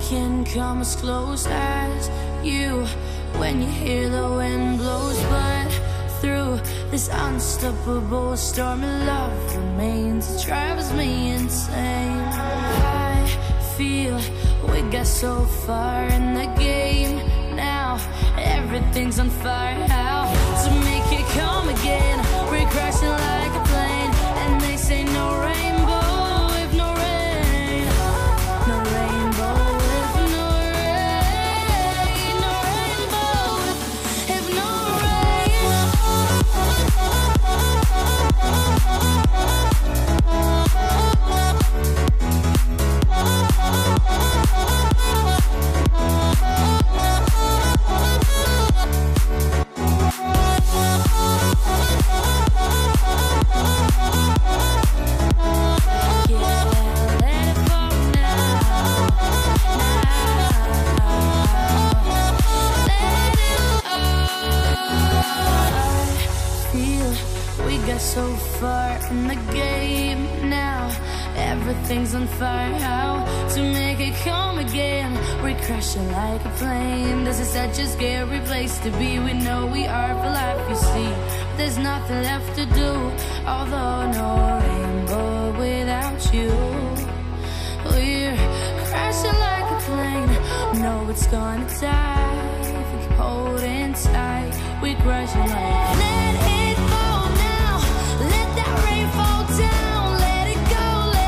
can come as close as you when you hear the wind blows, but through this unstoppable storm of love remains. It drives me insane. I feel we got so far in the game. Now everything's on fire. How to make it come again? We're crashing like a plane, and they say no rainbow if no rain. No rainbow if no rain. No rainbow if no so far in the game. Now everything's on fire. How to make it come again? We're crashing like a plane. This is such a scary place to be. We know we are for life, you see. There's nothing left to do, although no rainbow without you. We're crashing like a plane. No, it's gonna die if we keep holding tight. We're crashing like let it fall now. Let that rain fall down. Let it go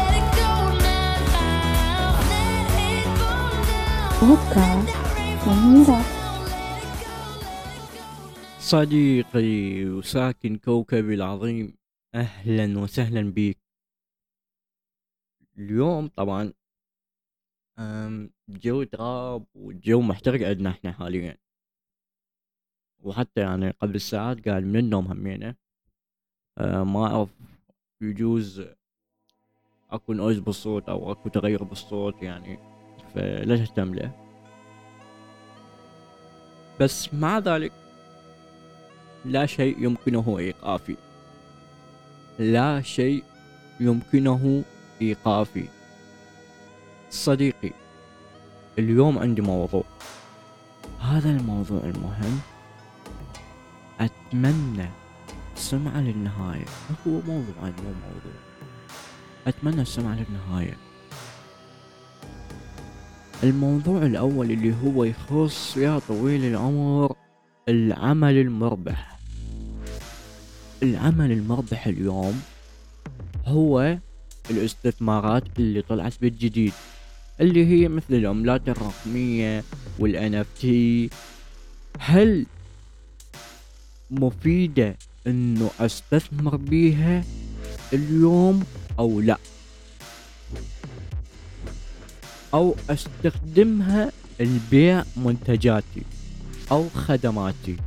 now. Let it fall down. بودكاست منيرة. صديقي وساكن كوكبي العظيم، أهلا وسهلا بك. اليوم طبعا الجو تراب والجو محترق عندنا احنا حاليا، وحتى يعني قبل ساعات قاعد من النوم همينه. ما أعرف، يجوز اكو نويز بالصوت او اكو تغير بالصوت يعني، فلا تهتم له. بس مع ذلك لا شيء يمكنه ايقافي، لا شيء يمكنه ايقافي. صديقي اليوم عندي موضوع، هذا الموضوع المهم اتمنى تسمعه للنهاية. هو موضوع مو موضوع، اتمنى تسمعه للنهاية. الموضوع الاول اللي هو يخص يا طويل العمر العمل المربح. العمل المربح اليوم هو الاستثمارات اللي طلعت بالجديد، اللي هي مثل العملات الرقمية والان اف تي. هل مفيدة انه استثمر بيها اليوم او لا، او استخدمها لبيع منتجاتي او خدماتي؟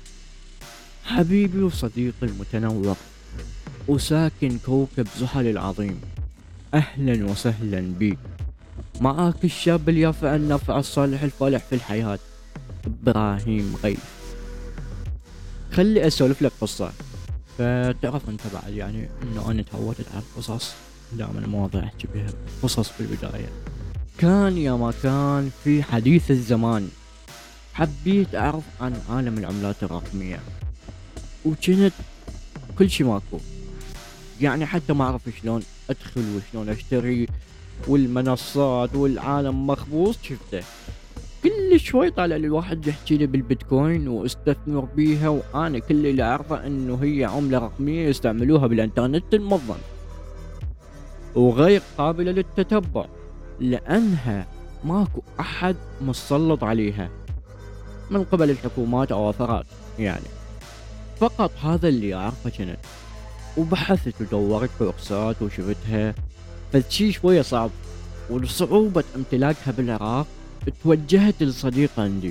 حبيبي وصديقي المتنور وساكن كوكب زحل العظيم، اهلا وسهلا بيك. معاك الشاب اليافع النافع الصالح الفالح في الحياة، ابراهيم غيث. خلي اسولف لك قصة، فتعرف انت بعد يعني انه انا تعودت على القصص، دائما مواضيع احكي بها قصص في البداية. كان يا ما كان في حديث الزمان حبيت اعرف عن عالم العملات الرقمية، وكنت كل شي ماكو، يعني حتى ما اعرف شلون ادخل وشلون اشتري، والمنصات والعالم مخبوص. شفته كل شوي طالع لي الواحد يحكي لي بالبيتكوين واستثمر بيها، وانا كل اللي اعرفه انه هي عملة رقمية يستعملوها بالانترنت المنظم وغير قابلة للتتبع، لانها ماكو احد مسلط عليها من قبل الحكومات او افراد يعني. فقط هذا اللي اعرفه كنت، وبحثت ودورت كورسات وشفتها، فالشي شوية صعب، ولصعوبة امتلاكها بالعراق توجهت لصديق عندي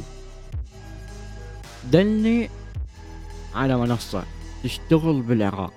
دلني على منصة تشتغل بالعراق.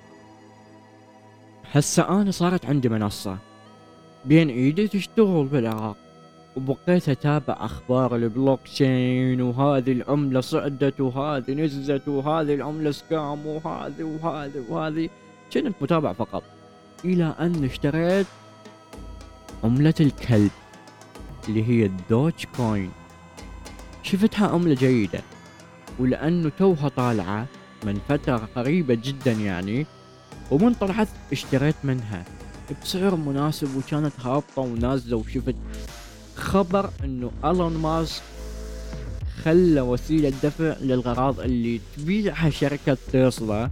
هسه انا صارت عندي منصة بين ايدي تشتغل بالعراق، وبقيت اتابع اخبار البلوك تشين، وهذه العملة صعدت وهذه نزلت وهذه العملة سكام وهذه كنت متابع فقط، الى ان اشتريت عملة الكلب. اللي هي الدوج كوين. شفتها عملة جيدة، ولأنه توها طالعة من فترة قريبة جدا يعني، ومن طلعت اشتريت منها بسعر مناسب، وكانت هابطة ونازلة. وشفت خبر انه ايلون ماسك خلى وسيلة دفع للغراض اللي تبيعها شركة تسلا،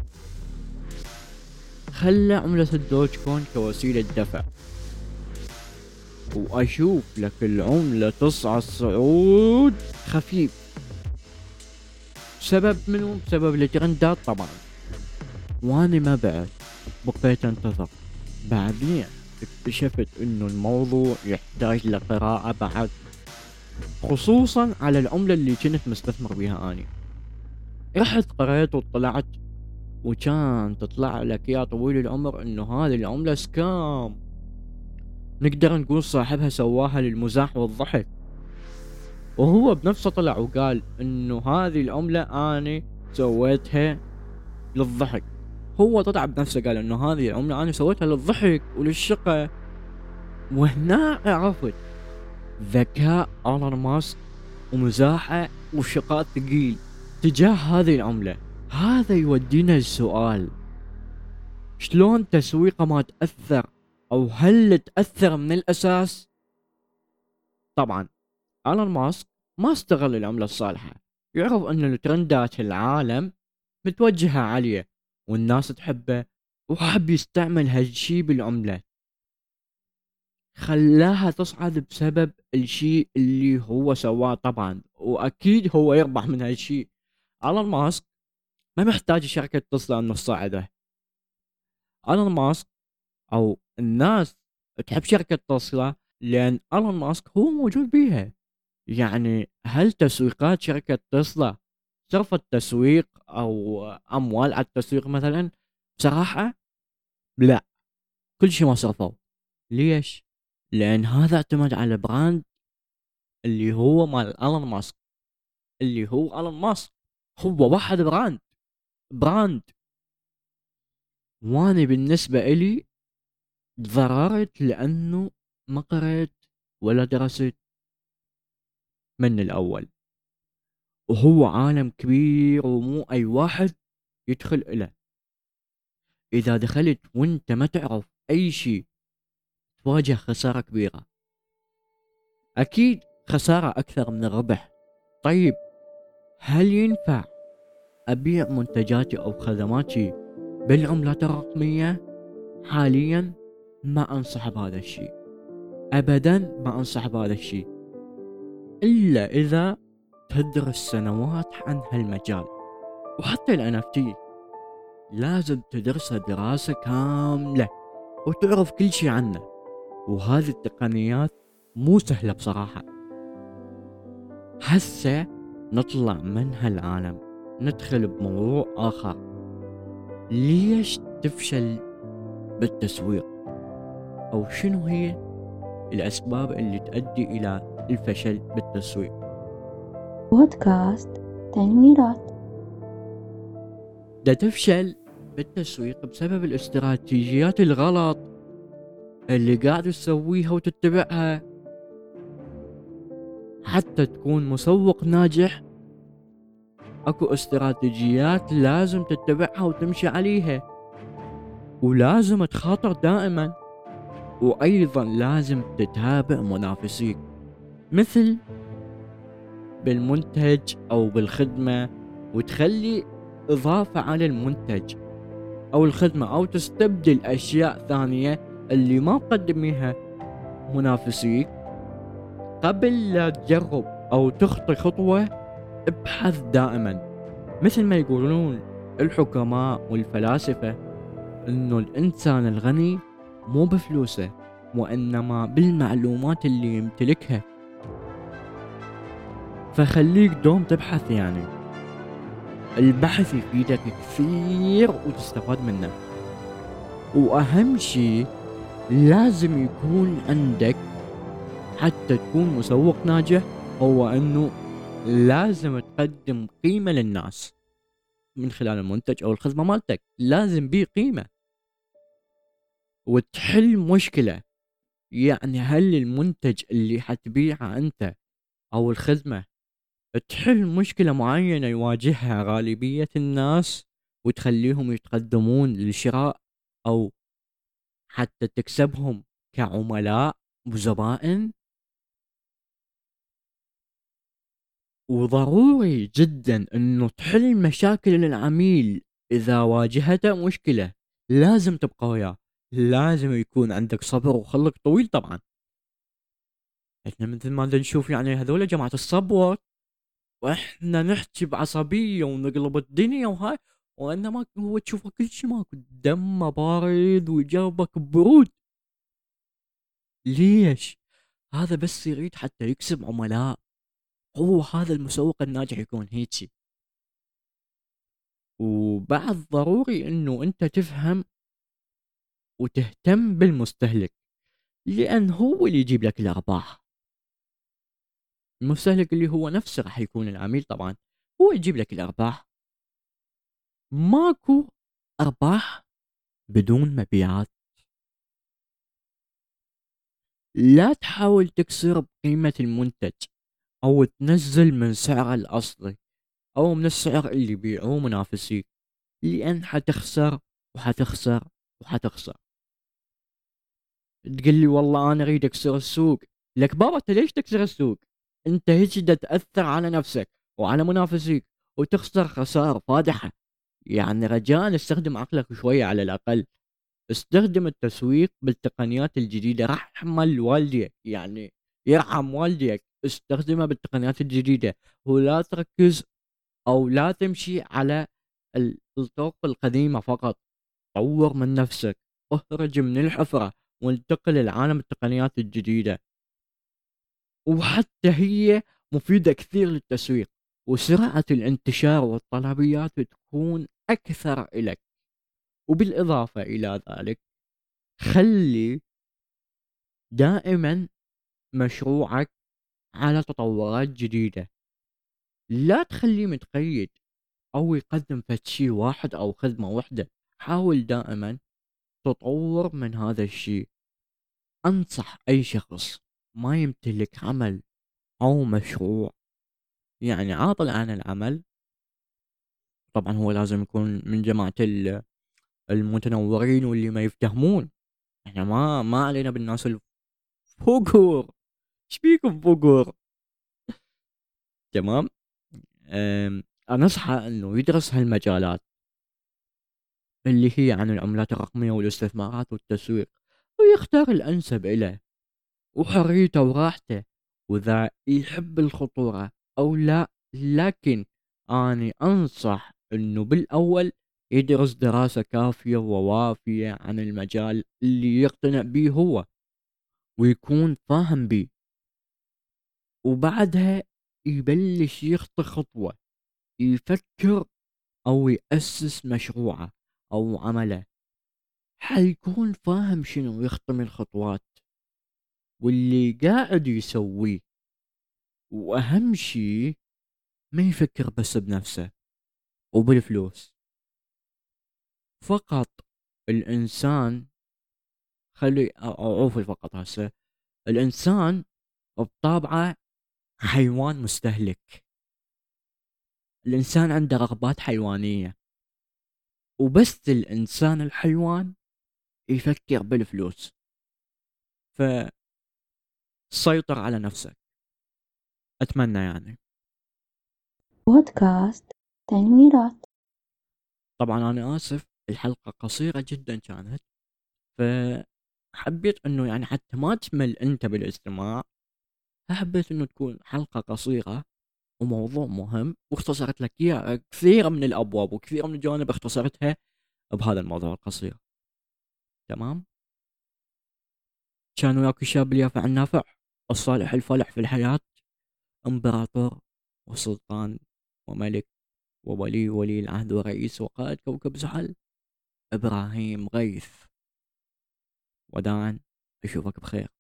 خلى عملة الدوج كوين كوسيلة دفع. واشوف لك العملة تصعد صعود خفيف. سبب منو؟ بسبب الترندات طبعا. وانا ما بعد بقيت انتظر. بعدين اكتشفت انه الموضوع يحتاج لقراءة بعد، خصوصا على العملة اللي كنت مستثمر بيها اني. رحت قريت وطلعت، وكان تطلع لك يا طويل العمر انه هذه العملة سكام. نقدر نقول صاحبها سواها للمزاح والضحك، وهو بنفسه طلع وقال انه هذه العملة اني سويتها للضحك. هو طلع بنفسه قال انه هذه العملة انا سويتها للضحك وللشقة. وهنا عرفت ذكاء ايلون ماسك ومزاحه وشقاء ثقيل تجاه هذه العملة. هذا يودينا السؤال، شلون تسويقه ما تأثر، او هل تأثر من الاساس؟ طبعا ايلون ماسك ما استغل العملة الصالحة، يعرف ان الترندات العالم متوجهة عليه والناس تحبه، وحب يستعمل هالشي بالعملة، خلاها تصعد بسبب الشيء اللي هو سواه طبعا. واكيد هو يربح من هالشيء. ايلون ماسك ما محتاج شركة تسلا انه تصعده. ايلون ماسك او الناس تحب شركة تسلا لان ايلون ماسك هو موجود بيها. يعني هل تسويقات شركة تسلا صرفت تسويق او اموال على التسويق مثلا؟ بصراحة لا، كل شيء ما صرفوا. ليش؟ لان هذا اعتمد على براند اللي هو مال ايلون ماسك، اللي هو ايلون ماسك هو واحد براند. وانا بالنسبة الي ضررت لانه ما قريت ولا درست من الاول. وهو عالم كبير ومو اي واحد يدخل له. اذا دخلت وانت ما تعرف اي شيء تواجه خسارة كبيرة، اكيد خسارة اكثر من الربح. طيب هل ينفع ابيع منتجاتي او خدماتي بالعملات الرقمية؟ حاليا ما انصح بهذا الشيء ابدا، ما انصح بهذا الشيء الا اذا تدرس سنوات عن هالمجال. وحتى ال NFT لازم تدرسها دراسة كاملة وتعرف كل شيء عنه. وهذه التقنيات مو سهلة بصراحة. هسه نطلع من هالعالم ندخل بموضوع آخر. ليش تفشل بالتسويق؟ أو شنو هي الأسباب اللي تؤدي إلى الفشل بالتسويق؟ بودكاست تنويرات. دا تفشل بالتسويق بسبب الاستراتيجيات الغلط اللي قاعد تسويها وتتبعها. حتى تكون مسوق ناجح اكو استراتيجيات لازم تتبعها وتمشي عليها، ولازم تخاطر دائما، وايضا لازم تتابع منافسيك، مثل بالمنتج او بالخدمة، وتخلي اضافة على المنتج او الخدمة، او تستبدل اشياء ثانية اللي ما مقدميها منافسيك. قبل لا تجرب او تخطي خطوة ابحث دائما. مثل ما يقولون الحكماء والفلاسفة انه الانسان الغني مو بفلوسه وانما بالمعلومات اللي يمتلكها. فخليك دوم تبحث. يعني البحث يفيدك كثير وتستفاد منه. واهم شيء لازم يكون عندك حتى تكون مسوق ناجح، هو انه لازم تقدم قيمة للناس من خلال المنتج او الخدمة مالتك. لازم بيه قيمة وتحل مشكلة يعني هل المنتج اللي حتبيعه أنت أو الخدمة تحل مشكلة معينة يواجهها غالبية الناس وتخليهم يتقدمون للشراء، أو حتى تكسبهم كعملاء وزبائن؟ وضروري جدا انه تحل مشاكل العميل. اذا واجهته مشكلة لازم تبقى وياه، لازم يكون عندك صبر وخلق طويل طبعا. احنا مثل ما نشوف يعني هذول جماعة الصبوة، واحنا نحكي بعصبية ونقلب الدنيا وهاي، وانما هو تشوفه كل شيء ماكو، دمه بارد ويجاوبك ببرود. ليش؟ هذا بس يريد حتى يكسب عملاء. هو هذا المسوق الناجح يكون هيجي. وبعد ضروري انه انت تفهم وتهتم بالمستهلك، لان هو اللي يجيب لك الارباح. المستهلك اللي هو نفسه راح يكون العميل طبعا، هو يجيب لك الارباح. ماكو ارباح بدون مبيعات. لا تحاول تكسر بقيمة المنتج او تنزل من سعره الاصلي او من السعر اللي يبيعوه منافسيك، لان حتخسر وحتخسر وحتخسر. تقول لي والله انا اريد اكسر السوق. لك بابا انت ليش تكسر السوق؟ انت هيك دا تاثر على نفسك وعلى منافسيك وتخسر خسائر فادحه. يعني رجاء استخدم عقلك شويه على الاقل. استخدم التسويق بالتقنيات الجديده. رحم والديك يعني، يرحم والديك، استخدمها بالتقنيات الجديده، ولا تركز او لا تمشي على الطرق القديمه فقط. طور من نفسك، اخرج من الحفرة وانتقل لعالم التقنيات الجديدة. وحتى هي مفيدة كثير للتسويق، وسرعة الانتشار والطلبيات تكون أكثر إلك. وبالإضافة إلى ذلك خلي دائما مشروعك على تطورات جديدة. لا تخليه متقيد أو يقدم فد شي واحد أو خدمة واحدة. حاول دائما تطور من هذا الشيء. أنصح أي شخص ما يمتلك عمل أو مشروع، يعني عاطل عن العمل. طبعا هو لازم يكون من جماعة المتنورين واللي ما يفتهمون. احنا ما علينا بالناس الفقر. ايش بيكم فقر؟ تمام. أنصحه انه يدرس هالمجالات اللي هي عن العملات الرقمية والاستثمارات والتسويق، ويختار الأنسب له وحريته وراحته، وإذا يحب الخطورة أو لا. لكن أنا أنصح إنه بالأول يدرس دراسة كافية ووافية عن المجال اللي يقتنع به هو ويكون فاهم به، وبعدها يبلش يخطي خطوة، يفكر أو يأسس مشروعه أو عمله. حيكون فاهم شنو يخطي من الخطوات واللي قاعد يسويه. وأهم شي ما يفكر بس بنفسه وبالفلوس فقط. الإنسان خلي أعوف فقط هسه. الإنسان بطبعه حيوان مستهلك. الإنسان عنده رغبات حيوانية، وبس الإنسان الحيوان يفكر بالفلوس. فسيطر على نفسك أتمنى يعني. بودكاست تنويرات. طبعا أنا آسف الحلقة قصيرة جدا كانت، فحبيت انه يعني حتى ما تمل انت بالاستماع، حبيت انه تكون حلقة قصيرة وموضوع مهم، واختصرت لك اياه كثير من الابواب وكثير من الجوانب اختصرتها بهذا الموضوع القصير. تمام. كان وياك الشاب اليافع النافع الصالح الفالح في الحياة، امبراطور وسلطان وملك ولي العهد ورئيس وقائد كوكب زحل، ابراهيم غيث. وداعا، اشوفك بخير.